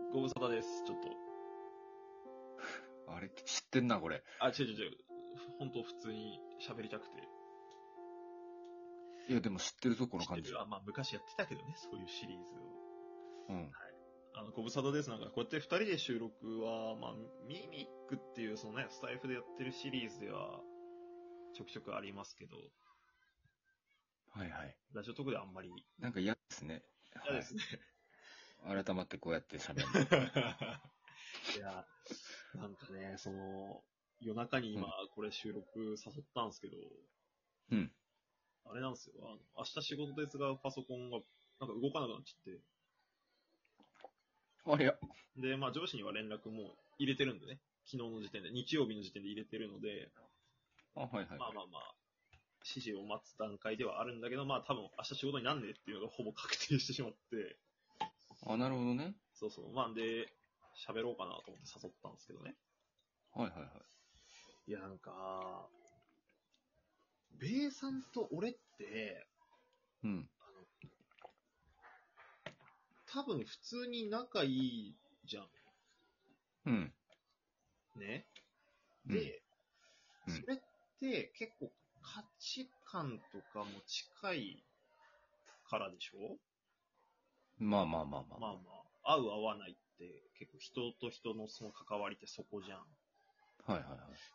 ご無沙汰です、ちょっと。 あれ知ってんな、これ。 違う。本当普通に喋りたくて。 いや、でも知ってるぞ、この感じ。 昔やってたけどね、そういうシリーズを。 うん。 ご無沙汰です。なんか、こうやって二人で収録は、ミミックっていう、そのね、スタイフでやってるシリーズでは、ちょくちょくありますけど、 はいはい。 ラジオトークではあんまりなんか嫌ですね。 嫌ですね。 改まってこうやって喋る。 いや、なんかね、夜中に今、これ収録誘ったんですけど、 うん。 あれなんですよ。明日仕事で使うパソコンが、なんか動かなくなっちゃって。 あれや。 で、上司には連絡も入れてるんでね。昨日の時点で、日曜日の時点で入れてるので、 あ、はいはい。 指示を待つ段階ではあるんだけど、多分明日仕事になんねえっていうのがほぼ確定してしまって、 あ、なるほどね。 そうそう。で、喋ろうかなと思って誘ったんですけどね。 はいはいはい。 いや、なんか、ベイさんと俺って、 うん。 多分普通に仲いいじゃん。 うん。 ね。 うんで、 うんそれって結構価値観とかも近いからでしょ？ まあまあまあまあ。 合う合わないって結構人と人のその関わりってそこじゃん。 はいはいはい。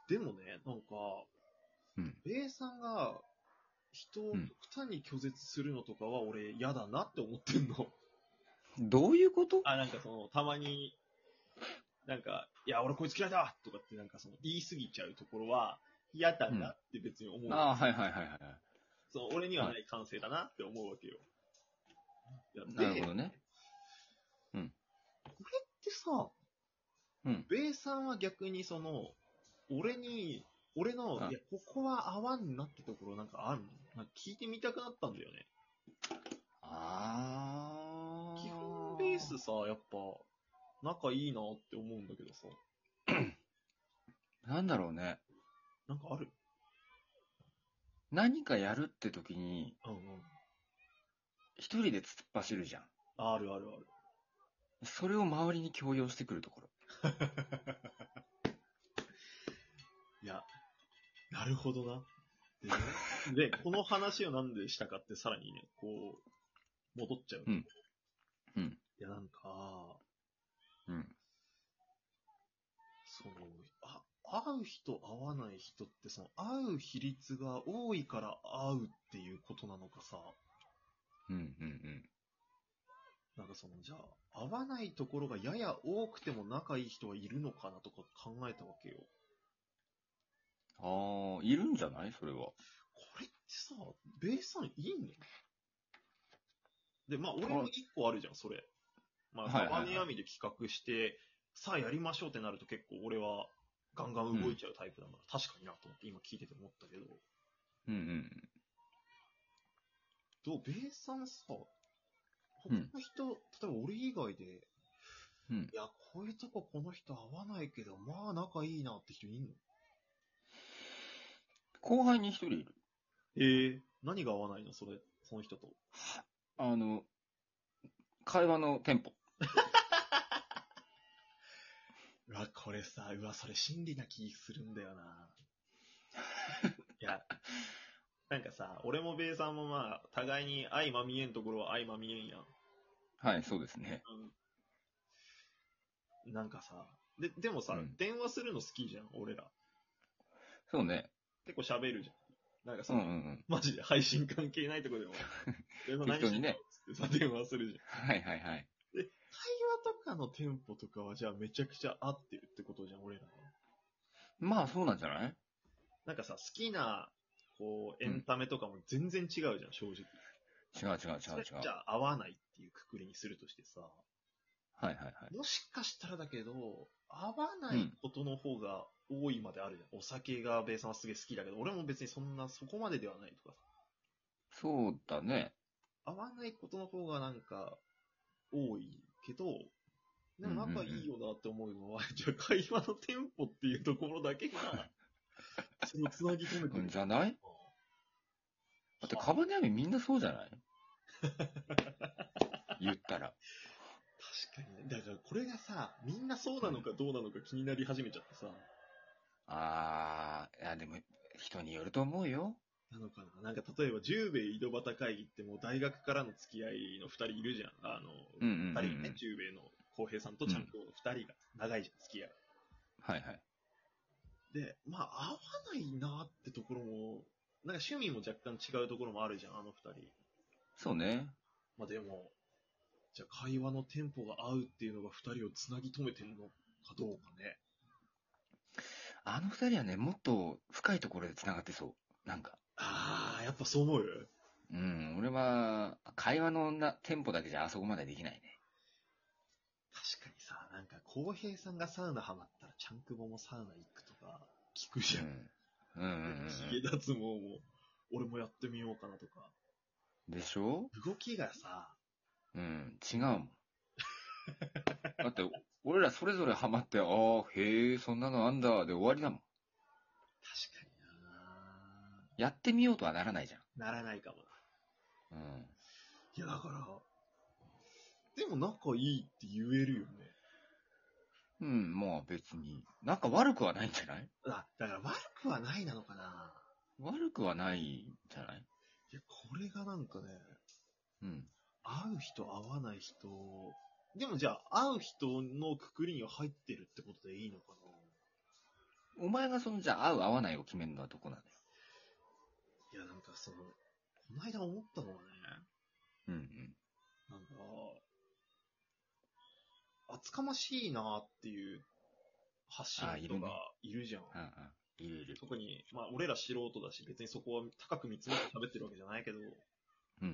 でもね、なんか、 うん。 ベイさんが人をうん極端に拒絶するのとかは俺嫌だなって思ってんの。 どういうこと？ なんかたまに、なんか、いや、俺こいつ嫌いだとかってなんか言い過ぎちゃうところは嫌だなって別に思う。 ああ、はいはいはいはい。 俺にはない感性だなって思うわけよ。いや、 なるほどね。うん。 これってさ、 うん。 ベイさんは逆に俺の、 あいや、ここは合わんなってところなんかあるの？なんか聞いてみたくなったんだよね。 あ基本ベースさ、やっぱ、仲いいなって思うんだけどさ、 なんだろうね。 なんかある？ 何かやるって時に、 うんうん。 一人で突っ走るじゃん。 あるあるある。 それを周りに強要してくるところ。 いや、なるほどな。で、この話をなんでしたかってさらにね、戻っちゃう。 うん。うん。 いや、なんか、 うん。 その、会う人、会わない人って、会う比率が多いから会うっていうことなのかさ、 うんうんうん。 なんかじゃあ、会わないところがやや多くても仲いい人はいるのかなとか考えたわけよ。 ああ、いるんじゃないそれは。 これってさ、ベイさんいいの？で、俺も一個あるじゃん、それ。 はいはいはい束ね網で企画して、さあやりましょうってなると結構俺はガンガン動いちゃうタイプだから、確かになと思って今聞いてて思ったけど、 うんうんベイさんさ、他うん。 の人、例えば俺以外で、 うん。 いや、こういうとここの人合わないけど、仲いいなって人いんの？ 後輩に一人いる。 何が合わないのその人と。 あの、会話のテンポ。 これさ、それ真理な気するんだよな。いや、なんかさ、俺もベイさんも互いに相まみえんところは相まみえんやん。 はい、そうですね。 なんかさ、でもさ、電話するの好きじゃん、俺ら。 そうね。 結構喋るじゃん。なんかマジで配信関係ないとこでも、電話何してんのつってさ、電話するじゃん。 はいはいはい。 で、会話とかのテンポとかはじゃあめちゃくちゃ合ってるってことじゃん、俺らは。 まあそうなんじゃない？ なんかさ、好きな、エンタメとかも全然違うじゃん、正直。 違う。 それじゃあ合わないっていうくくりにするとしてさ、 はいはいはい。 もしかしたらだけど、合わないことの方が多いまであるじゃん。お酒がベイさんはすげえ好きだけど、俺も別にそこまでではないとかさ。 そうだね。 合わないことの方がなんか多いけど、でも仲いいよなって思うのは、じゃあ会話のテンポっていうところだけが、そのつなぎ止めてる。 じゃない？だってカバネアミみんなそうじゃない？言ったら。 確かにね。だからこれがさ、みんなそうなのかどうなのか気になり始めちゃってさ、 いやでも、人によると思うよ。 なのかな。なんか例えば十兵衛井戸端会議ってもう大学からの付き合いの二人いるじゃん。 うんうんうんうん二人ね、十兵衛の浩平さんとちゃんとの二人が長いじゃん、付き合い。 はいはい。 で、まあ合わないなってところも、なんか趣味も若干違うところもあるじゃん、あの二人。 そうね。 まあでも、じゃあ会話のテンポが合うっていうのが二人をつなぎ止めてるのかどうかね。 あの二人はね、もっと深いところで繋がってそう。なんか。 あー、やっぱそう思うよ。 うん、俺は、会話のテンポだけじゃあそこまでできないね。 確かにさ、なんか浩平さんがサウナハマったらちゃんくぼもサウナ行くとか聞くじゃん。 うん。うんうんうんヒゲ脱毛も俺もやってみようかなとか。 うん。でしょ？ 動きがさ、 うん、違うもん。だって、俺らそれぞれハマって、ああ、へえ、そんなのあんだ、で終わりだもん。 確かやってみようとはならないじゃん。 にならないかもな。 うん。 いやだから、でも仲いいって言えるよね。 うん、まあ別に。なんか悪くはないんじゃない？ あ、だから悪くはないなのかな。 悪くはないんじゃない？ いや、これがなんかね、 うん。 会う人会わない人、でもじゃあ会う人のくくりには入ってるってことでいいのかな。 お前がじゃあ合う合わないを決めるのはどこなのよ。 いやなんかその、この間思ったのはね、 うんうん。 なんか、厚かましいなっていう発信いるね。 とかいるじゃん。 うんうん。いるいる。 特に、まあ俺ら素人だし、別にそこは高く見積もって喋ってるわけじゃないけど、 うんうんうん。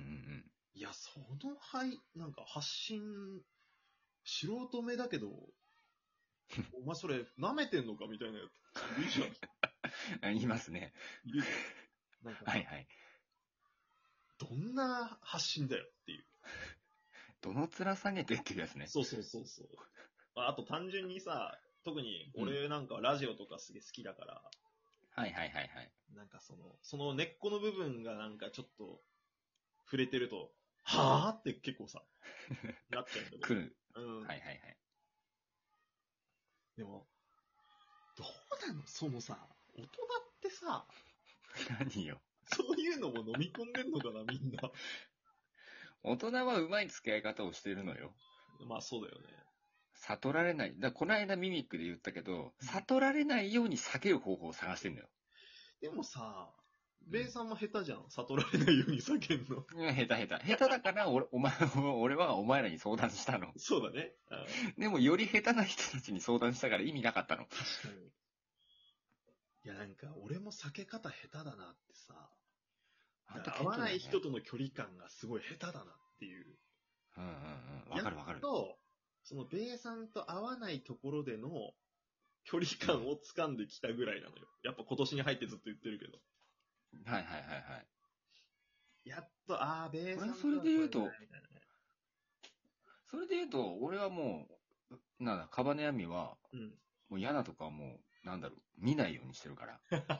いや、そのなんか発信、素人目だけど、お前それ舐めてんのかみたいなやついるじゃん。 言いますね。 いるじゃん。なんか、 はいはい。 どんな発信だよっていう。 どの面下げてっていうやつね。 そうそうそうそう。あと単純にさ、特に俺なんかラジオとかすげえ好きだから、 はいはいはいはい。 なんかその根っこの部分がなんかちょっと触れてると、はぁって結構さ、なっちゃうんだけど。 来る。 うん。 はいはいはい。 でも、どうなのそのさ、大人ってさ、 何よ。 そういうのも飲み込んでんのかな、みんな。 大人はうまい付き合い方をしてるのよ。 まあそうだよね。 悟られない。この間ミミックで言ったけど、悟られないように避ける方法を探してんのよ。 でもさ、ベイさんも下手じゃん。悟られないように叫んの。 下手下手。下手だから俺はお前らに相談したの。 そうだね。 でもより下手な人たちに相談したから意味なかったの。 確かに。いやなんか、俺も避け方下手だなってさ、 あんた合わない人と。 との距離感がすごい下手だなっていう。 うんうんうん。わかるわかる。 と、そのベイさんと合わないところでの距離感を掴んできたぐらいなのよ。やっぱ今年に入ってずっと言ってるけど。 はいはいはいはい。 やっと、ベイさんとはそれで言うとこれぐらいみたいなね。 それで言うと、俺はもう、カバネアミは、 うん。 もう嫌なとかはもう、見ないようにしてるから。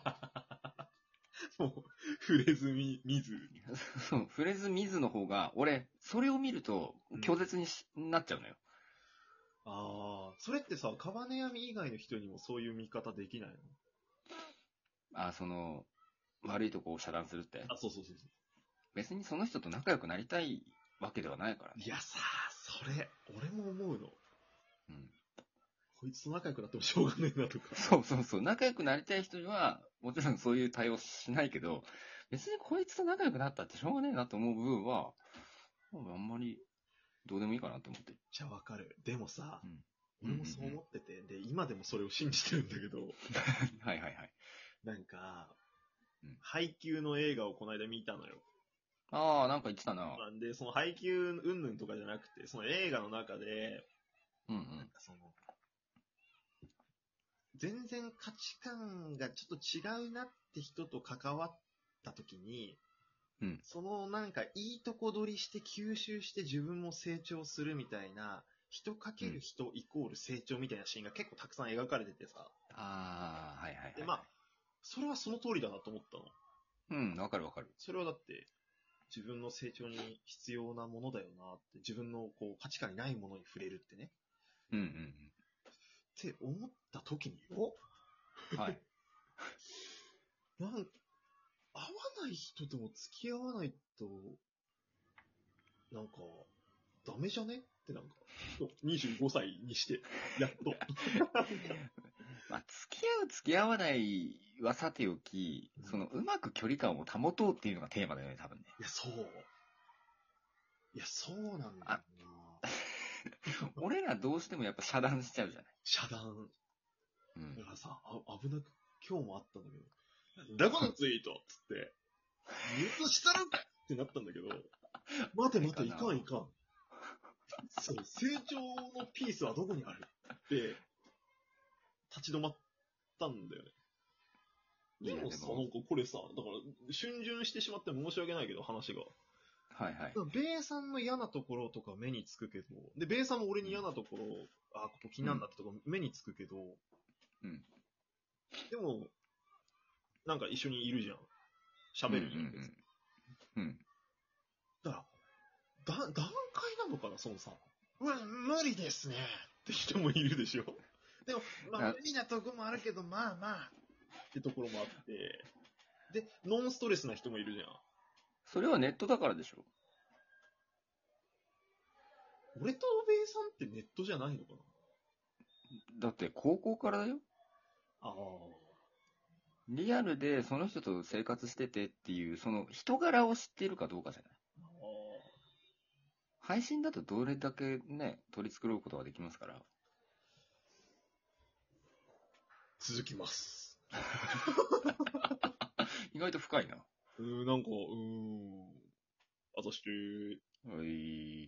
もう、触れず見ず。 そう、触れず見ずの方が、俺、それを見ると、拒絶なっちゃうのよ。 それってさ、カバネヤミ以外の人にもそういう見方できないの？ 悪いとこを遮断するって。 そうそうそうそ別にその人と仲良くなりたいわけではないからう。 ね。 いやさ、それ、俺も思うの。 うん。 こいつと仲良くなってもしょうがねえなとか。 そうそうそう。仲良くなりたい人には、もちろんそういう対応しないけど、別にこいつと仲良くなったってしょうがねえなと思う部分は、あんまりどうでもいいかなと思って。 じゃあわかる。でもさ、 うん。 俺もそう思ってて、で、今でもそれを信じてるんだけど、 はいはいはい。 なんか、 うん配給の映画をこの間見たのよ。 なんか言ってたな。 なんで、その配給云々とかじゃなくて、その映画の中で、 うんうなんん。 か全然価値観がちょっと違うなって人と関わった時に、 うんそのなんかいいとこ取りして吸収して自分も成長するみたいな、人かける人イコール成長みたいなシーンが結構たくさん描かれててさ。 はいはいはい。 で、まあ、それはその通りだなと思ったの。 うん、わかるわかる。 それはだって、 自分の成長に必要なものだよなって、自分のこう価値観にないものに触れるってね。 うんうんって思った時によ。 うん。はい。 合わない人とも付き合わないと、なんか、ダメじゃねってなんか、25歳にして、やっと。 まあ、付き合う付き合わないはさておき、そのうまく距離感を保とうっていうのがテーマだよね、多分ね。 いや、そう。いや、そうなんだよな。 俺らどうしてもやっぱ遮断しちゃうじゃない。 遮断。 うんだからさ、危なく、今日もあったんだけど、どこのツイートっつって、ミュートしたのかってなったんだけど、待て、いかんいかん。そう、成長のピースはどこにあるって、立ち止まったんだよね。でもさ、なんかこれさ、だから、逡巡してしまって申し訳ないけど、話が。 はいはい。 ベイさんの嫌なところとか目につくけど、で、ベイさんも俺に嫌なところ、ここ気になるなってところ目につくけど、 うん。 でも、なんか一緒にいるじゃん。喋るじゃん。 うん。 だから、段階なのかな、そのさ、無理ですねって人もいるでしょ。でも、まあ、無理なとこもあるけど、まあまあ、ってところもあって、で、ノンストレスな人もいるじゃん。 それはネットだからでしょ。 俺とベイさんってネットじゃないのかな。 だって高校からだよ。 ああ。 リアルでその人と生活しててっていう、その人柄を知っているかどうかじゃない。配信だとどれだけね、取り繕うことができますから。 続きます。 意外と深いな。 なんか、あたして、 はい。